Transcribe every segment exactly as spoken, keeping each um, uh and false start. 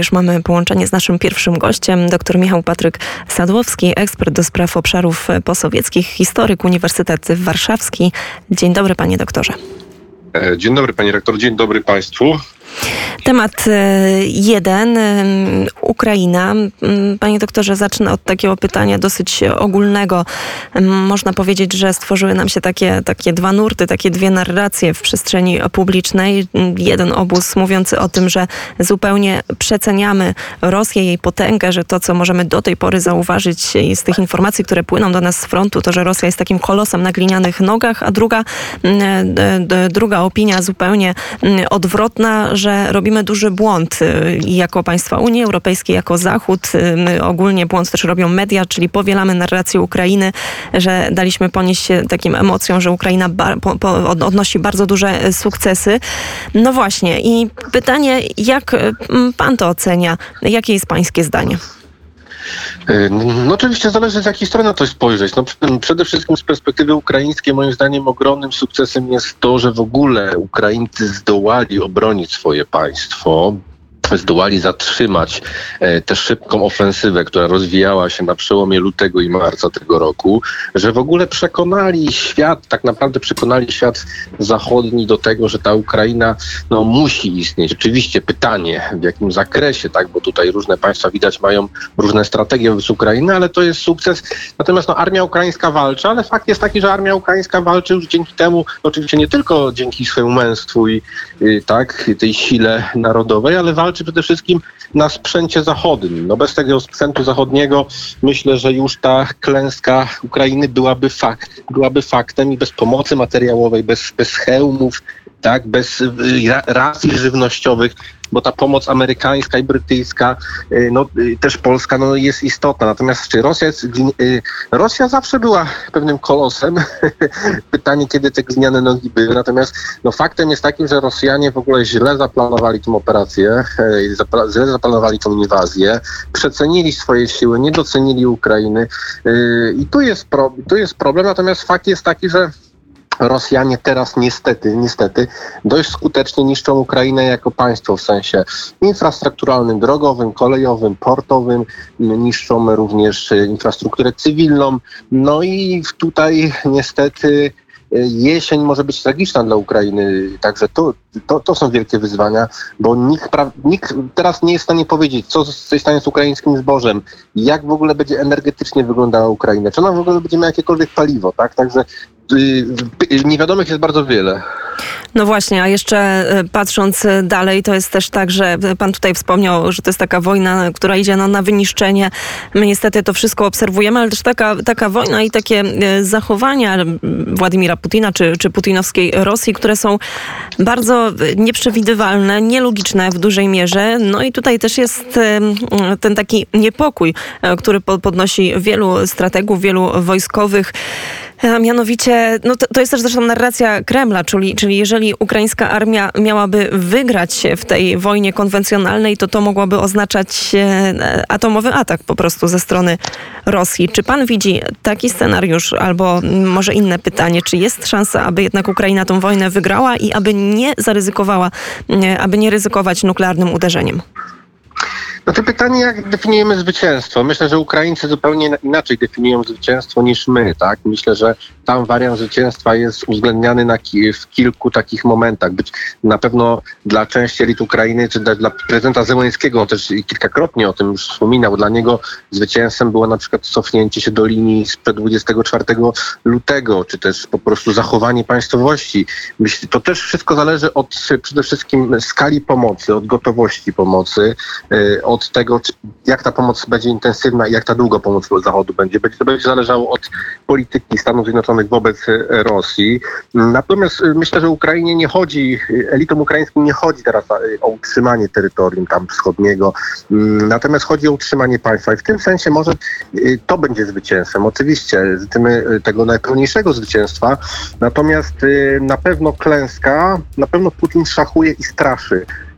Już mamy połączenie z naszym pierwszym gościem, dr Michał Patryk Sadłowski, ekspert do spraw obszarów posowieckich, historyk, Uniwersytet Warszawski. Dzień dobry, panie doktorze. Dzień dobry, pani rektor, dzień dobry państwu. Temat jeden, Ukraina. Panie doktorze, zacznę od takiego pytania dosyć ogólnego. Można powiedzieć, że stworzyły nam się takie, takie dwa nurty, takie dwie narracje w przestrzeni publicznej. Jeden obóz mówiący o tym, że zupełnie przeceniamy Rosję, jej potęgę, że to, co możemy do tej pory zauważyć z tych informacji, które płyną do nas z frontu, to, że Rosja jest takim kolosem na glinianych nogach, a druga, druga opinia zupełnie odwrotna, że robimy duży błąd jako państwa Unii Europejskiej, jako Zachód. Ogólnie błąd też robią media, czyli powielamy narrację Ukrainy, że daliśmy ponieść się takim emocjom, że Ukraina bar- po, po odnosi bardzo duże sukcesy. No właśnie i pytanie, jak pan to ocenia? Jakie jest pańskie zdanie? No oczywiście zależy, z jakiej strony na to spojrzeć. No, przede wszystkim z perspektywy ukraińskiej moim zdaniem ogromnym sukcesem jest to, że w ogóle Ukraińcy zdołali obronić swoje państwo. Zdołali zatrzymać e, tę szybką ofensywę, która rozwijała się na przełomie lutego i marca tego roku, że w ogóle przekonali świat, tak naprawdę przekonali świat zachodni do tego, że ta Ukraina no, musi istnieć. Oczywiście pytanie, w jakim zakresie, tak, bo tutaj różne państwa widać mają różne strategie wobec Ukrainy, ale to jest sukces. Natomiast no, armia ukraińska walczy, ale fakt jest taki, że armia ukraińska walczy już dzięki temu, oczywiście nie tylko dzięki swojemu męstwu i y, tak, tej sile narodowej, ale walczy przede wszystkim na sprzęcie zachodnim. No bez tego sprzętu zachodniego myślę, że już ta klęska Ukrainy byłaby fakt, byłaby faktem i bez pomocy materiałowej, bez, bez hełmów, tak, bez racji żywnościowych, bo ta pomoc amerykańska i brytyjska, no też polska, no jest istotna. Natomiast czy Rosja jest, Rosja zawsze była pewnym kolosem. Pytanie, kiedy te gliniane nogi były. Natomiast no faktem jest takim, że Rosjanie w ogóle źle zaplanowali tę operację, źle zaplanowali tę inwazję, przecenili swoje siły, nie docenili Ukrainy i tu jest, pro, tu jest problem. Natomiast fakt jest taki, że Rosjanie teraz niestety, niestety dość skutecznie niszczą Ukrainę jako państwo w sensie infrastrukturalnym, drogowym, kolejowym, portowym. Niszczą również infrastrukturę cywilną. No i tutaj niestety jesień może być tragiczna dla Ukrainy. Także to, to, to są wielkie wyzwania, bo nikt, pra, nikt teraz nie jest w stanie powiedzieć, co się stanie z ukraińskim zbożem, jak w ogóle będzie energetycznie wyglądała Ukraina, czy ona w ogóle będzie miała jakiekolwiek paliwo, tak? Także niewiadomych jest bardzo wiele. No właśnie, a jeszcze patrząc dalej, to jest też tak, że pan tutaj wspomniał, że to jest taka wojna, która idzie no, na wyniszczenie. My niestety to wszystko obserwujemy, ale też taka, taka wojna i takie zachowania Władimira Putina czy, czy putinowskiej Rosji, które są bardzo nieprzewidywalne, nielogiczne w dużej mierze. No i tutaj też jest ten taki niepokój, który podnosi wielu strategów, wielu wojskowych. A mianowicie, no to, to jest też zresztą narracja Kremla, czyli, czyli jeżeli ukraińska armia miałaby wygrać w tej wojnie konwencjonalnej, to to mogłoby oznaczać atomowy atak po prostu ze strony Rosji. Czy pan widzi taki scenariusz, albo może inne pytanie, czy jest szansa, aby jednak Ukraina tą wojnę wygrała i aby nie zaryzykowała, aby nie ryzykować nuklearnym uderzeniem? No to pytanie, jak definiujemy zwycięstwo? Myślę, że Ukraińcy zupełnie inaczej definiują zwycięstwo niż my, tak? Myślę, że tam wariant zwycięstwa jest uwzględniany na ki- w kilku takich momentach. Być na pewno dla części elit Ukrainy, czy dla, dla prezydenta Zełenskiego, on też kilkakrotnie o tym już wspominał, dla niego zwycięstwem było na przykład cofnięcie się do linii sprzed dwudziestego czwartego lutego, czy też po prostu zachowanie państwowości. Myślę, to też wszystko zależy od przede wszystkim skali pomocy, od gotowości pomocy, yy, od tego, czy, jak ta pomoc będzie intensywna i jak ta długa pomoc Zachodu będzie. To będzie zależało od polityki Stanów Zjednoczonych wobec Rosji. Natomiast myślę, że Ukrainie nie chodzi, elitom ukraińskim nie chodzi teraz o utrzymanie terytorium tam wschodniego, natomiast chodzi o utrzymanie państwa i w tym sensie może to będzie zwycięstwem. Oczywiście życzymy tego najpełniejszego zwycięstwa, natomiast na pewno klęska, na pewno Putin szachuje i straszy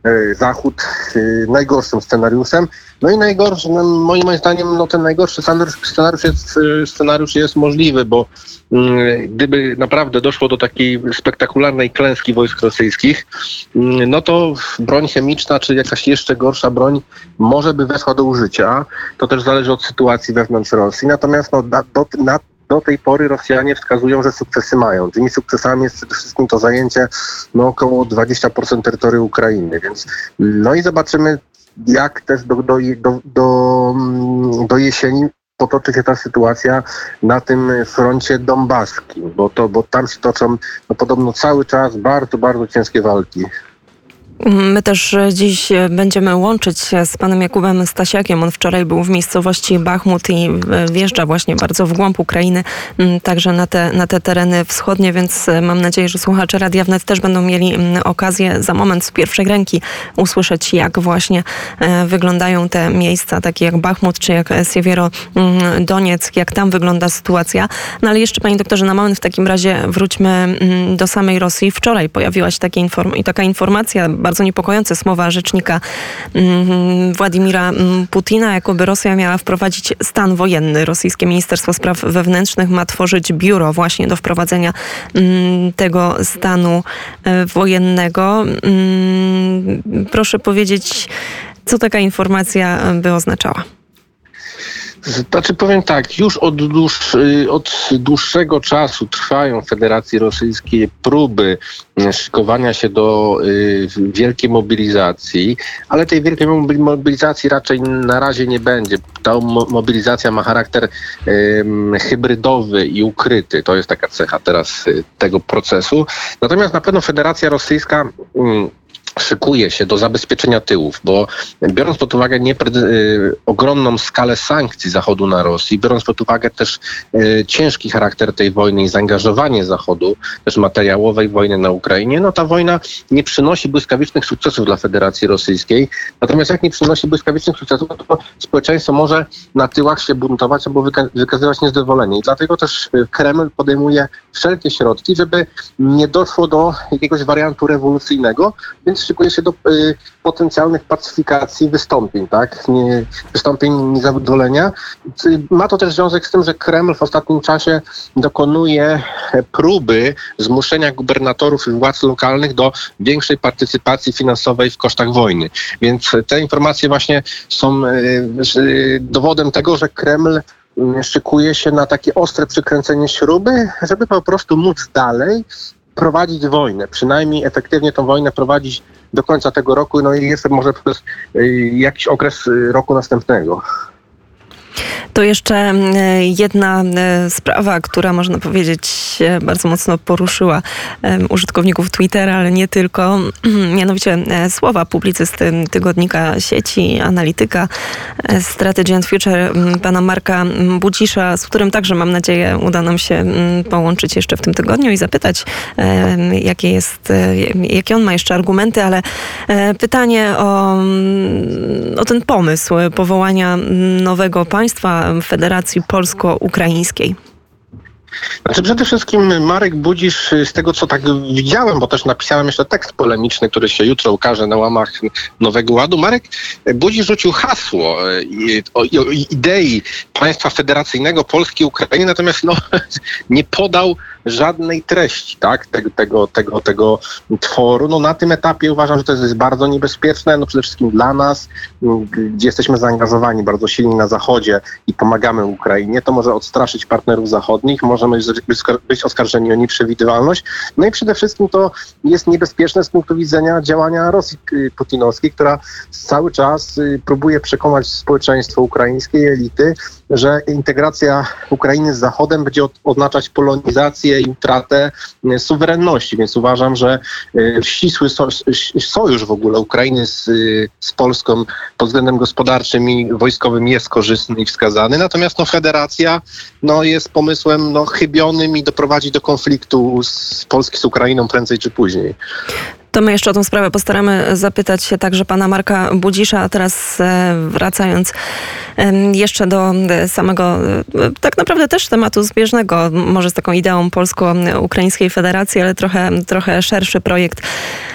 Zachód najgorszym scenariuszem. No i najgorszy, no, moim moim zdaniem, no ten najgorszy scenariusz, scenariusz, jest, scenariusz jest możliwy, bo mm, gdyby naprawdę doszło do takiej spektakularnej klęski wojsk rosyjskich, mm, no to broń chemiczna, czy jakaś jeszcze gorsza broń może by weszła do użycia. To też zależy od sytuacji wewnątrz Rosji. Natomiast no, na, do, na Do tej pory Rosjanie wskazują, że sukcesy mają. Tymi sukcesami jest przede wszystkim to zajęcie no, około dwadzieścia procent terytorium Ukrainy. Więc, no i zobaczymy, jak też do, do, do, do, do jesieni potoczy się ta sytuacja na tym froncie donbaskim, bo, to, bo tam się toczą no, podobno cały czas bardzo, bardzo ciężkie walki. My też dziś będziemy łączyć się z panem Jakubem Stasiakiem. On wczoraj był w miejscowości Bachmut i wjeżdża właśnie bardzo w głąb Ukrainy, także na te, na te tereny wschodnie, więc mam nadzieję, że słuchacze Radia Wnet też będą mieli okazję za moment z pierwszej ręki usłyszeć, jak właśnie wyglądają te miejsca, takie jak Bachmut czy jak Siewierodonieck, jak tam wygląda sytuacja. No ale jeszcze, panie doktorze, na moment w takim razie wróćmy do samej Rosji. Wczoraj pojawiła się takie inform- taka informacja, bardzo niepokojące słowa rzecznika mm, Władimira Putina, jakoby Rosja miała wprowadzić stan wojenny. Rosyjskie Ministerstwo Spraw Wewnętrznych ma tworzyć biuro właśnie do wprowadzenia mm, tego stanu e, wojennego. Mm, proszę powiedzieć, co taka informacja by oznaczała? Znaczy powiem tak, już od, dłuż, od dłuższego czasu trwają w Federacji Rosyjskiej próby szykowania się do y, wielkiej mobilizacji, ale tej wielkiej mobilizacji raczej na razie nie będzie. Ta mo- mobilizacja ma charakter y, hybrydowy i ukryty. To jest taka cecha teraz y, tego procesu. Natomiast na pewno Federacja Rosyjska y, szykuje się do zabezpieczenia tyłów, bo biorąc pod uwagę niepre- y, ogromną skalę sankcji Zachodu na Rosji, biorąc pod uwagę też y, ciężki charakter tej wojny i zaangażowanie Zachodu, też materiałowej wojny na Ukrainie, no ta wojna nie przynosi błyskawicznych sukcesów dla Federacji Rosyjskiej. Natomiast jak nie przynosi błyskawicznych sukcesów, to społeczeństwo może na tyłach się buntować albo wyka- wykazywać niezadowolenie. I dlatego też Kreml podejmuje wszelkie środki, żeby nie doszło do jakiegoś wariantu rewolucyjnego, więc szykuje się do y, potencjalnych pacyfikacji wystąpień, tak? Nie, wystąpień niezadowolenia. Ma to też związek z tym, że Kreml w ostatnim czasie dokonuje próby zmuszenia gubernatorów i władz lokalnych do większej partycypacji finansowej w kosztach wojny. Więc te informacje właśnie są y, y, dowodem tego, że Kreml szykuje się na takie ostre przykręcenie śruby, żeby po prostu móc dalej prowadzić wojnę, przynajmniej efektywnie tą wojnę prowadzić do końca tego roku, no i jeszcze może przez jakiś okres roku następnego. To jeszcze jedna sprawa, która można powiedzieć bardzo mocno poruszyła użytkowników Twittera, ale nie tylko. Mianowicie słowa publicysty tygodnika Sieci, analityka Strategy and Future, pana Marka Budzisza, z którym także mam nadzieję uda nam się połączyć jeszcze w tym tygodniu i zapytać, jakie jest, jakie on ma jeszcze argumenty, ale pytanie o, o ten pomysł powołania nowego państwa, Federacji Polsko-Ukraińskiej. Znaczy przede wszystkim Marek Budzisz, z tego co tak widziałem, bo też napisałem jeszcze tekst polemiczny, który się jutro ukaże na łamach Nowego Ładu. Marek Budzisz rzucił hasło o, o idei państwa federacyjnego Polski i Ukrainy, natomiast no, nie podał żadnej treści, tak, tego, tego, tego, tego tworu. No na tym etapie uważam, że to jest bardzo niebezpieczne, no przede wszystkim dla nas, gdzie jesteśmy zaangażowani bardzo silnie na Zachodzie i pomagamy Ukrainie, to może odstraszyć partnerów zachodnich, możemy być oskarżeni o nieprzewidywalność. No i przede wszystkim to jest niebezpieczne z punktu widzenia działania Rosji putinowskiej, która cały czas próbuje przekonać społeczeństwo ukraińskie i elity, że integracja Ukrainy z Zachodem będzie oznaczać polonizację i utratę suwerenności, więc uważam, że ścisły sojusz w ogóle Ukrainy z, z Polską pod względem gospodarczym i wojskowym jest korzystny i wskazany, natomiast no, federacja no, jest pomysłem no, chybionym i doprowadzi do konfliktu z Polski z Ukrainą prędzej czy później. To my jeszcze o tę sprawę postaramy zapytać się także pana Marka Budzisza, a teraz wracając jeszcze do samego tak naprawdę też tematu zbieżnego, może z taką ideą polsko-ukraińskiej federacji, ale trochę, trochę szerszy projekt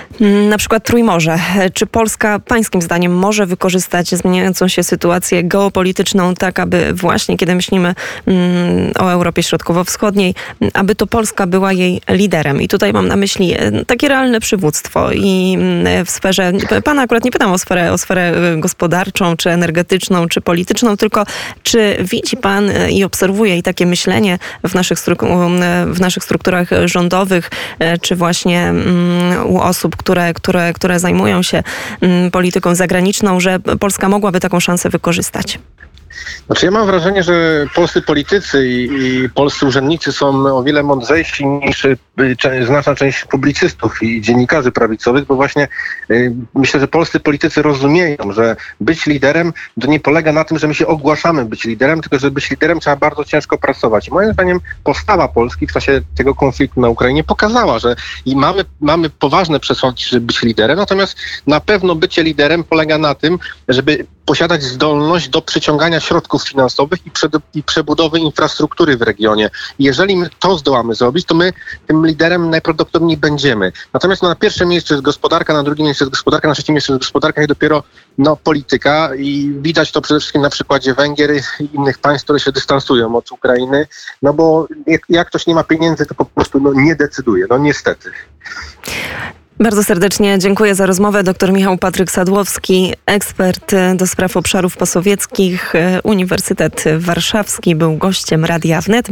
Na przykład Trójmorze. Czy Polska pańskim zdaniem może wykorzystać zmieniającą się sytuację geopolityczną tak, aby właśnie kiedy myślimy mm, o Europie Środkowo-Wschodniej, aby to Polska była jej liderem? I tutaj mam na myśli takie realne przywództwo i w sferze, pana akurat nie pytam o sferę, o sferę gospodarczą, czy energetyczną, czy polityczną, tylko czy widzi pan i obserwuje i takie myślenie w naszych, stru- w naszych strukturach rządowych, czy właśnie mm, u osób, które, które, które zajmują się mm, polityką zagraniczną, że Polska mogłaby taką szansę wykorzystać? Znaczy ja mam wrażenie, że polscy politycy i, i polscy urzędnicy są o wiele mądrzejsi niż y, cze, znaczna część publicystów i dziennikarzy prawicowych, bo właśnie y, myślę, że polscy politycy rozumieją, że być liderem to nie polega na tym, że my się ogłaszamy być liderem, tylko że być liderem trzeba bardzo ciężko pracować. I moim zdaniem postawa Polski w czasie tego konfliktu na Ukrainie pokazała, że i mamy, mamy poważne przesłanki, żeby być liderem, natomiast na pewno bycie liderem polega na tym, żeby posiadać zdolność do przyciągania środków finansowych i, prze, i przebudowy infrastruktury w regionie. I jeżeli my to zdołamy zrobić, to my tym liderem najprawdopodobniej będziemy. Natomiast no, na pierwszym miejscu jest gospodarka, na drugim miejscu jest gospodarka, na trzecim miejscu jest gospodarka i dopiero no, polityka. I widać to przede wszystkim na przykładzie Węgier i innych państw, które się dystansują od Ukrainy, no bo jak, jak ktoś nie ma pieniędzy, to po prostu no, nie decyduje. No niestety. Bardzo serdecznie dziękuję za rozmowę. Doktor Michał Patryk Sadłowski, ekspert do spraw obszarów posowieckich, Uniwersytet Warszawski, był gościem Radia Wnet.